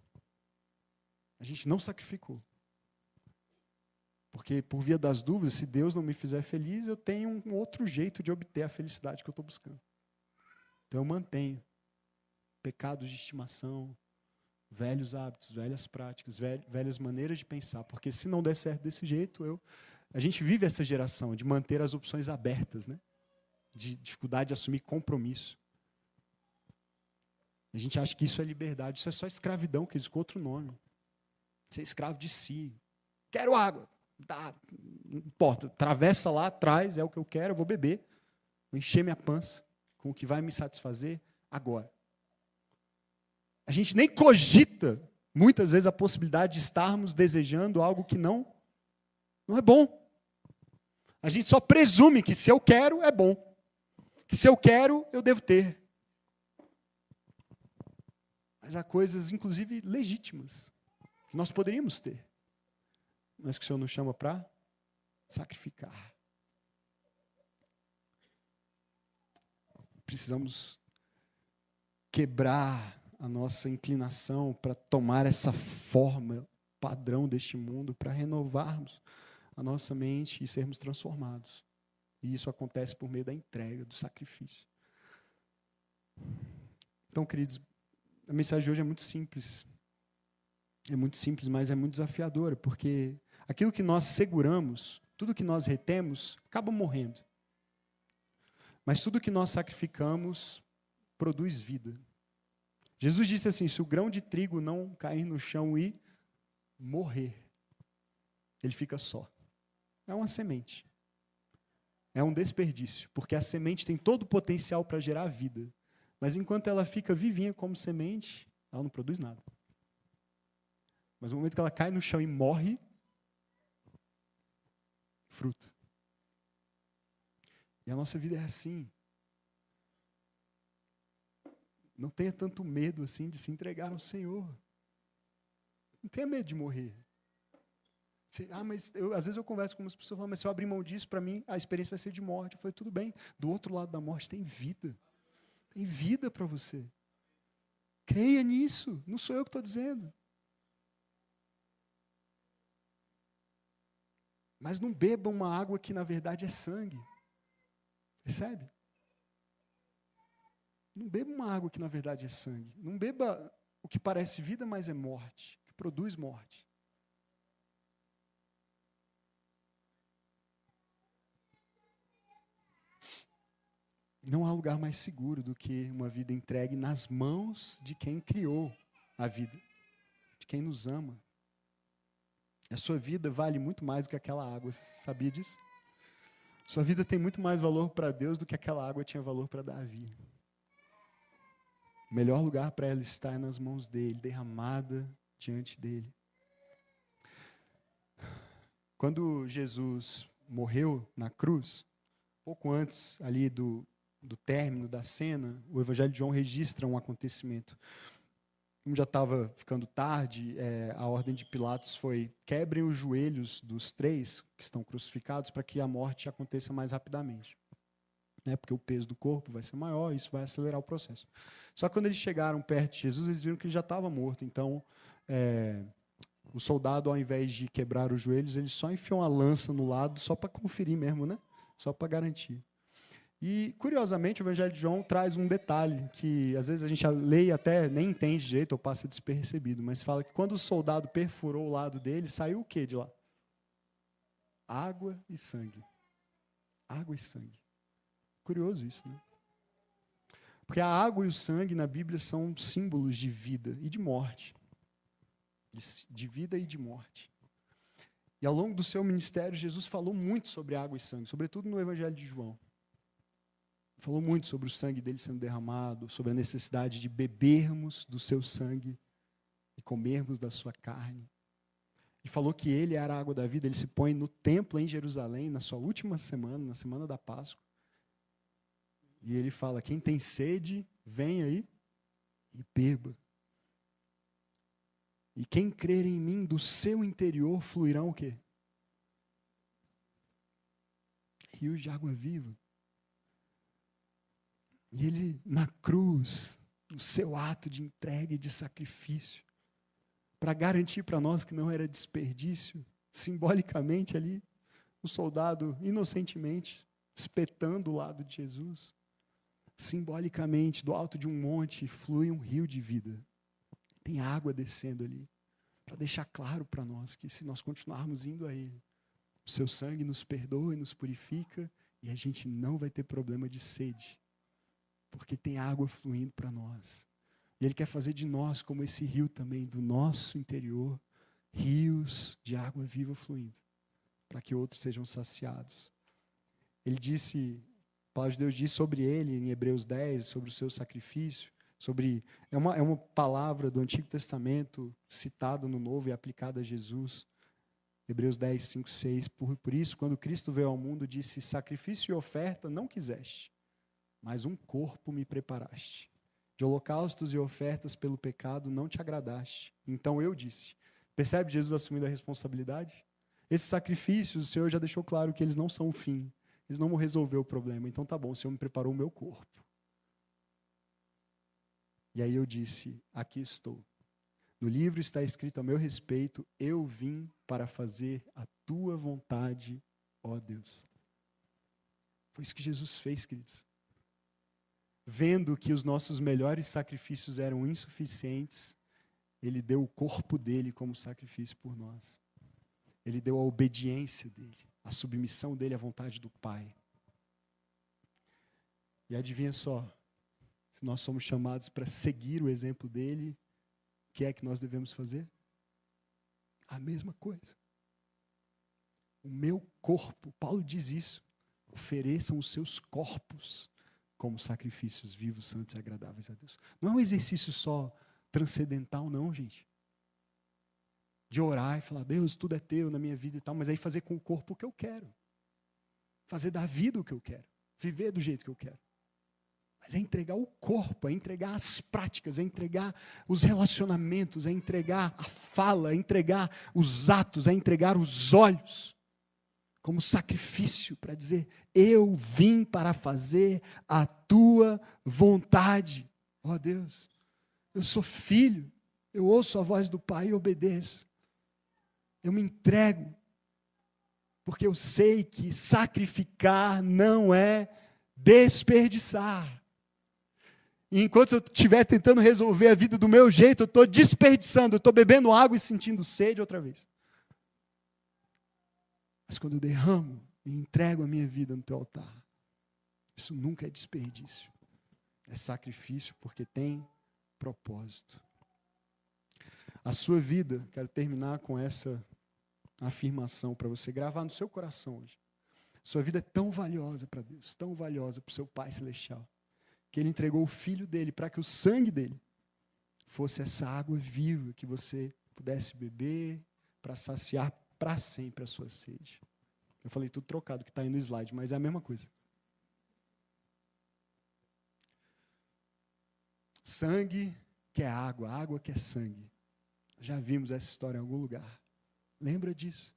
A gente não sacrificou. Porque, por via das dúvidas, se Deus não me fizer feliz, eu tenho um outro jeito de obter a felicidade que eu estou buscando. Então, eu mantenho pecados de estimação, velhos hábitos, velhas práticas, velhas maneiras de pensar. Porque, se não der certo desse jeito, a gente vive essa geração de manter as opções abertas, né? De dificuldade de assumir compromisso. A gente acha que isso é liberdade, isso é só escravidão, que eles com outro nome. Ser escravo de si. Quero água. Dá, não importa, atravessa lá atrás, é o que eu quero, eu vou beber, vou encher minha pança com o que vai me satisfazer agora. A gente nem cogita, muitas vezes, a possibilidade de estarmos desejando algo que não é bom. A gente só presume que se eu quero, é bom. Que se eu quero, eu devo ter. Mas há coisas, inclusive, legítimas, que nós poderíamos ter, mas que o Senhor nos chama para sacrificar. Precisamos quebrar a nossa inclinação para tomar essa forma padrão deste mundo, para renovarmos a nossa mente e sermos transformados. E isso acontece por meio da entrega, do sacrifício. Então, queridos, a mensagem de hoje é muito simples. É muito simples, mas é muito desafiadora, porque aquilo que nós seguramos, tudo que nós retemos, acaba morrendo. Mas tudo que nós sacrificamos produz vida. Jesus disse assim, se o grão de trigo não cair no chão e morrer, ele fica só. É uma semente. É um desperdício, porque a semente tem todo o potencial para gerar vida. Mas enquanto ela fica vivinha como semente, ela não produz nada. Mas no momento que ela cai no chão e morre, fruto. E a nossa vida é assim. Não tenha tanto medo assim de se entregar ao Senhor. Não tenha medo de morrer. Mas às vezes eu converso com umas pessoas e falo, mas se eu abrir mão disso, para mim a experiência vai ser de morte. Eu falei, tudo bem. Do outro lado da morte tem vida. Tem vida para você. Creia nisso. Não sou eu que estou dizendo. Mas não beba uma água que na verdade é sangue. Percebe? Não beba uma água que na verdade é sangue. Não beba o que parece vida, mas é morte. Que produz morte. Não há lugar mais seguro do que uma vida entregue nas mãos de quem criou a vida, de quem nos ama. A sua vida vale muito mais do que aquela água, sabia disso? Sua vida tem muito mais valor para Deus do que aquela água tinha valor para Davi. O melhor lugar para ela estar é nas mãos dele, derramada diante dele. Quando Jesus morreu na cruz, pouco antes ali do término da cena, o Evangelho de João registra um acontecimento. Como já estava ficando tarde, a ordem de Pilatos foi: quebrem os joelhos dos 3 que estão crucificados para que a morte aconteça mais rapidamente. Porque o peso do corpo vai ser maior, isso vai acelerar o processo. Só que quando eles chegaram perto de Jesus, eles viram que ele já estava morto. Então, o soldado, ao invés de quebrar os joelhos, ele só enfiou uma lança no lado, só para conferir mesmo, só para garantir. E, curiosamente, o Evangelho de João traz um detalhe que, às vezes, a gente lê e até nem entende direito ou passa despercebido, mas fala que quando o soldado perfurou o lado dele, saiu o quê de lá? Água e sangue. Água e sangue. Curioso isso, né? Porque a água e o sangue na Bíblia são símbolos de vida e de morte. De vida e de morte. E ao longo do seu ministério, Jesus falou muito sobre água e sangue, sobretudo no Evangelho de João. Falou muito sobre o sangue dele sendo derramado, sobre a necessidade de bebermos do seu sangue e comermos da sua carne. E falou que ele era a água da vida. Ele se põe no templo em Jerusalém, na sua última semana, na semana da Páscoa. E ele fala: quem tem sede, vem aí e beba. E quem crer em mim, do seu interior fluirão o quê? Rios de água viva. E ele, na cruz, no seu ato de entrega e de sacrifício, para garantir para nós que não era desperdício, simbolicamente ali, o soldado, inocentemente, espetando o lado de Jesus, simbolicamente, do alto de um monte, flui um rio de vida. Tem água descendo ali, para deixar claro para nós que se nós continuarmos indo a Ele, o seu sangue nos perdoa e nos purifica, e a gente não vai ter problema de sede, porque tem água fluindo para nós. E Ele quer fazer de nós, como esse rio também, do nosso interior, rios de água viva fluindo, para que outros sejam saciados. Ele disse, a palavra de Deus diz sobre Ele, em Hebreus 10, sobre o seu sacrifício, é uma palavra do Antigo Testamento, citada no Novo e aplicada a Jesus. Hebreus 10, 5, 6. Por isso, quando Cristo veio ao mundo, disse: sacrifício e oferta não quiseste, mas um corpo me preparaste. De holocaustos e ofertas pelo pecado não te agradaste. Então eu disse. Percebe Jesus assumindo a responsabilidade? Esses sacrifícios, o Senhor já deixou claro que eles não são o fim. Eles não vão resolver o problema. Então tá bom, o Senhor me preparou o meu corpo. E aí eu disse: aqui estou. No livro está escrito a meu respeito: eu vim para fazer a tua vontade, ó Deus. Foi isso que Jesus fez, queridos. Vendo que os nossos melhores sacrifícios eram insuficientes, Ele deu o corpo dele como sacrifício por nós. Ele deu a obediência dele, a submissão dele à vontade do Pai. E adivinha só, se nós somos chamados para seguir o exemplo dele, o que é que nós devemos fazer? A mesma coisa. O meu corpo, Paulo diz isso, ofereçam os seus corpos como sacrifícios vivos, santos e agradáveis a Deus. Não é um exercício só transcendental, não, gente. De orar e falar: Deus, tudo é teu na minha vida e tal, mas aí fazer com o corpo o que eu quero. Fazer da vida o que eu quero. Viver do jeito que eu quero. Mas é entregar o corpo, é entregar as práticas, é entregar os relacionamentos, é entregar a fala, é entregar os atos, é entregar os olhos como sacrifício para dizer: eu vim para fazer a tua vontade. Ó Deus, eu sou filho, eu ouço a voz do Pai e obedeço. Eu me entrego, porque eu sei que sacrificar não é desperdiçar. E enquanto eu estiver tentando resolver a vida do meu jeito, eu estou desperdiçando, eu estou bebendo água e sentindo sede outra vez. Mas quando eu derramo e entrego a minha vida no teu altar, isso nunca é desperdício. É sacrifício porque tem propósito. A sua vida, quero terminar com essa afirmação para você gravar no seu coração hoje. Sua vida é tão valiosa para Deus, tão valiosa para o seu Pai Celestial, que Ele entregou o Filho dele para que o sangue dele fosse essa água viva que você pudesse beber para saciar para sempre a sua sede. Eu falei tudo trocado que está aí no slide, mas é a mesma coisa. Sangue que é água que é sangue. Já vimos essa história em algum lugar. Lembra disso?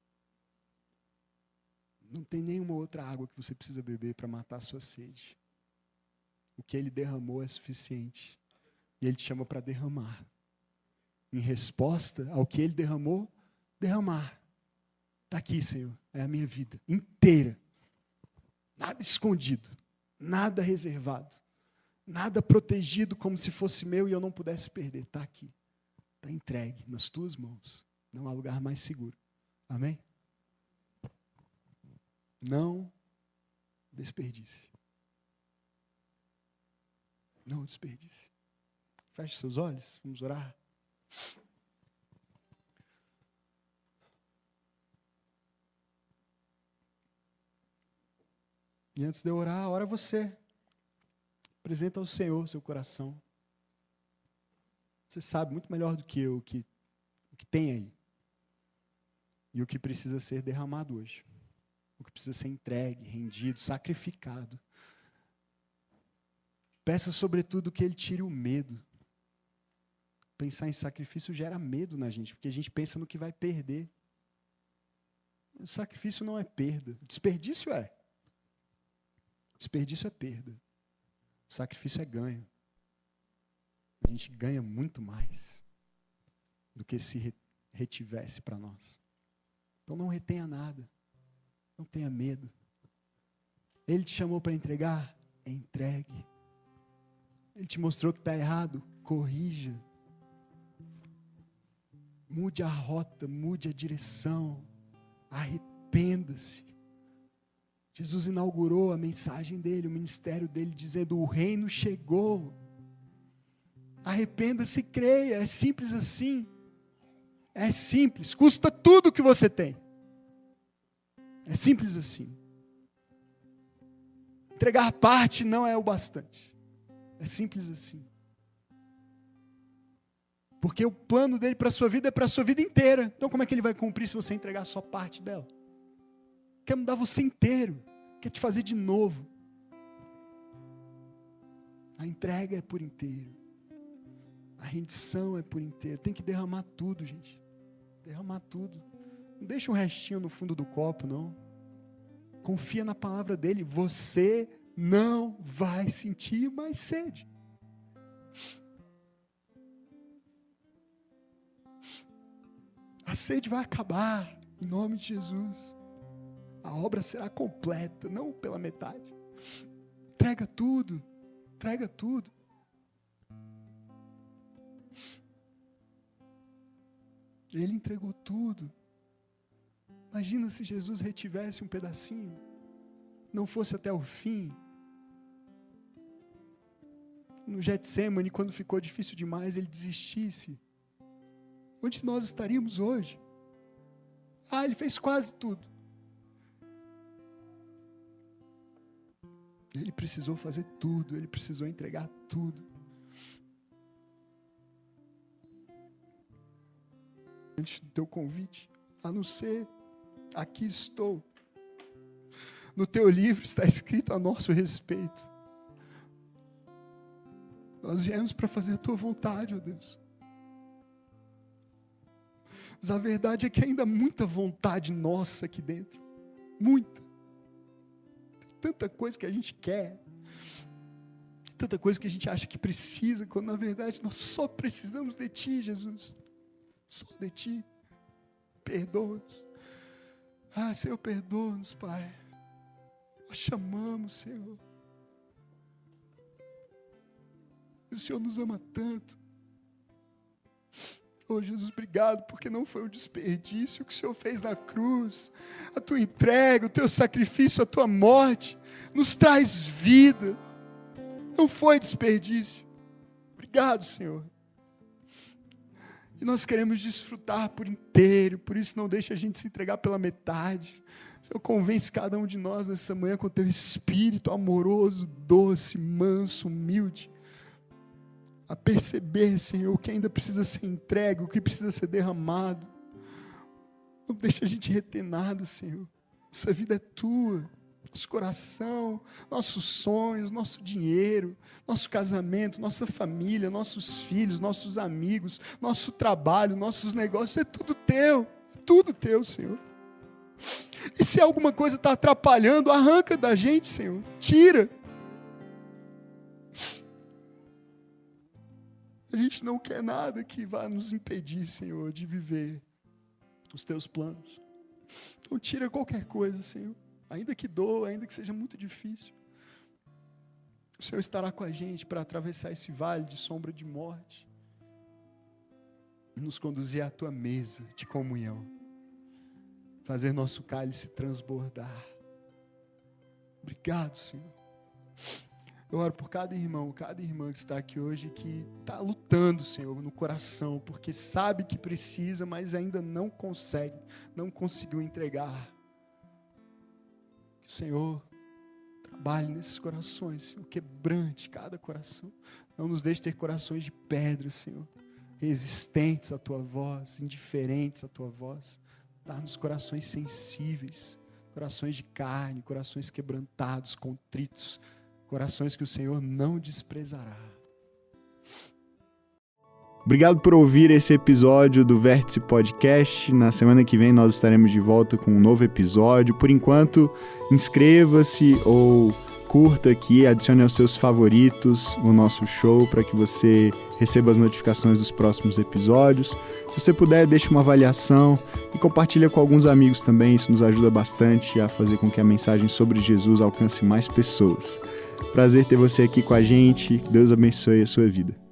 Não tem nenhuma outra água que você precisa beber para matar a sua sede. O que Ele derramou é suficiente. E Ele te chama para derramar. Em resposta ao que Ele derramou, derramar. Está aqui, Senhor, é a minha vida inteira. Nada escondido, nada reservado, nada protegido como se fosse meu e eu não pudesse perder. Está aqui, está entregue nas tuas mãos. Não há lugar mais seguro. Amém? Não desperdice. Não desperdice. Feche seus olhos, vamos orar. E antes de eu orar, ora você. Apresenta ao Senhor seu coração. Você sabe muito melhor do que eu o que tem aí. E o que precisa ser derramado hoje. O que precisa ser entregue, rendido, sacrificado. Peça sobretudo que Ele tire o medo. Pensar em sacrifício gera medo na gente, porque a gente pensa no que vai perder. O sacrifício não é perda. Desperdício é. Desperdício é perda. O sacrifício é ganho. A gente ganha muito mais do que se retivesse para nós. Então não retenha nada. Não tenha medo. Ele te chamou para entregar? Entregue. Ele te mostrou que está errado? Corrija. Mude a rota, mude a direção. Arrependa-se. Jesus inaugurou a mensagem dele, o ministério dele, dizendo: o reino chegou. Arrependa-se e creia. É simples assim. É simples. Custa tudo que você tem. É simples assim. Entregar parte não é o bastante. É simples assim. Porque o plano dele para a sua vida é para a sua vida inteira. Então como é que ele vai cumprir se você entregar só parte dela? Quer mudar você inteiro. Quer te fazer de novo. A entrega é por inteiro. A rendição é por inteiro. Tem que derramar tudo, gente. Derramar tudo. Não deixa um restinho no fundo do copo, não. Confia na palavra dele. Você não vai sentir mais sede. A sede vai acabar, em nome de Jesus. A obra será completa, não pela metade. Entrega tudo, entrega tudo. Ele entregou tudo. Imagina se Jesus retivesse um pedacinho, não fosse até o fim. No Getsemane, quando ficou difícil demais, ele desistisse. Onde nós estaríamos hoje? Ele fez quase tudo. Ele precisou fazer tudo, ele precisou entregar tudo. Antes do teu convite, a não ser, aqui estou. No teu livro está escrito a nosso respeito. Nós viemos para fazer a tua vontade, ó Deus. Mas a verdade é que ainda há muita vontade nossa aqui dentro. Muita. Tem tanta coisa que a gente quer. Tanta coisa que a gente acha que precisa, quando na verdade nós só precisamos de Ti, Jesus. Só de Ti. Perdoa-nos. Senhor, perdoa-nos, Pai. Nós chamamos, Senhor. O Senhor nos ama tanto. Jesus, obrigado, porque não foi um desperdício o que o Senhor fez na cruz. A Tua entrega, o Teu sacrifício, a Tua morte, nos traz vida. Não foi desperdício. Obrigado, Senhor. E nós queremos desfrutar por inteiro, por isso não deixa a gente se entregar pela metade. Senhor, convence cada um de nós nessa manhã com o teu espírito amoroso, doce, manso, humilde, a perceber, Senhor, o que ainda precisa ser entregue, o que precisa ser derramado. Não deixa a gente reter nada, Senhor. Nossa vida é tua, nosso coração, nossos sonhos, nosso dinheiro, nosso casamento, nossa família, nossos filhos, nossos amigos, nosso trabalho, nossos negócios, é tudo teu, Senhor. E se alguma coisa está atrapalhando, arranca da gente, Senhor, tira. A gente não quer nada que vá nos impedir, Senhor, de viver os teus planos. Então tira qualquer coisa, Senhor, ainda que doa, ainda que seja muito difícil. O Senhor estará com a gente para atravessar esse vale de sombra de morte e nos conduzir à tua mesa de comunhão, fazer nosso cálice transbordar. Obrigado, Senhor. Eu oro por cada irmão, cada irmã que está aqui hoje, que está lutando, Senhor, no coração, porque sabe que precisa, mas ainda não consegue, não conseguiu entregar. Que o Senhor trabalhe nesses corações, Senhor, quebrante cada coração. Não nos deixe ter corações de pedra, Senhor, resistentes à tua voz, indiferentes à tua voz. Dá-nos corações sensíveis, corações de carne, corações quebrantados, contritos, corações que o Senhor não desprezará. Obrigado por ouvir esse episódio do Vértice Podcast. Na semana que vem nós estaremos de volta com um novo episódio. Por enquanto, inscreva-se ou curta aqui, adicione aos seus favoritos o nosso show para que você receba as notificações dos próximos episódios. Se você puder, deixe uma avaliação e compartilha com alguns amigos também. Isso nos ajuda bastante a fazer com que a mensagem sobre Jesus alcance mais pessoas. Prazer ter você aqui com a gente. Deus abençoe a sua vida.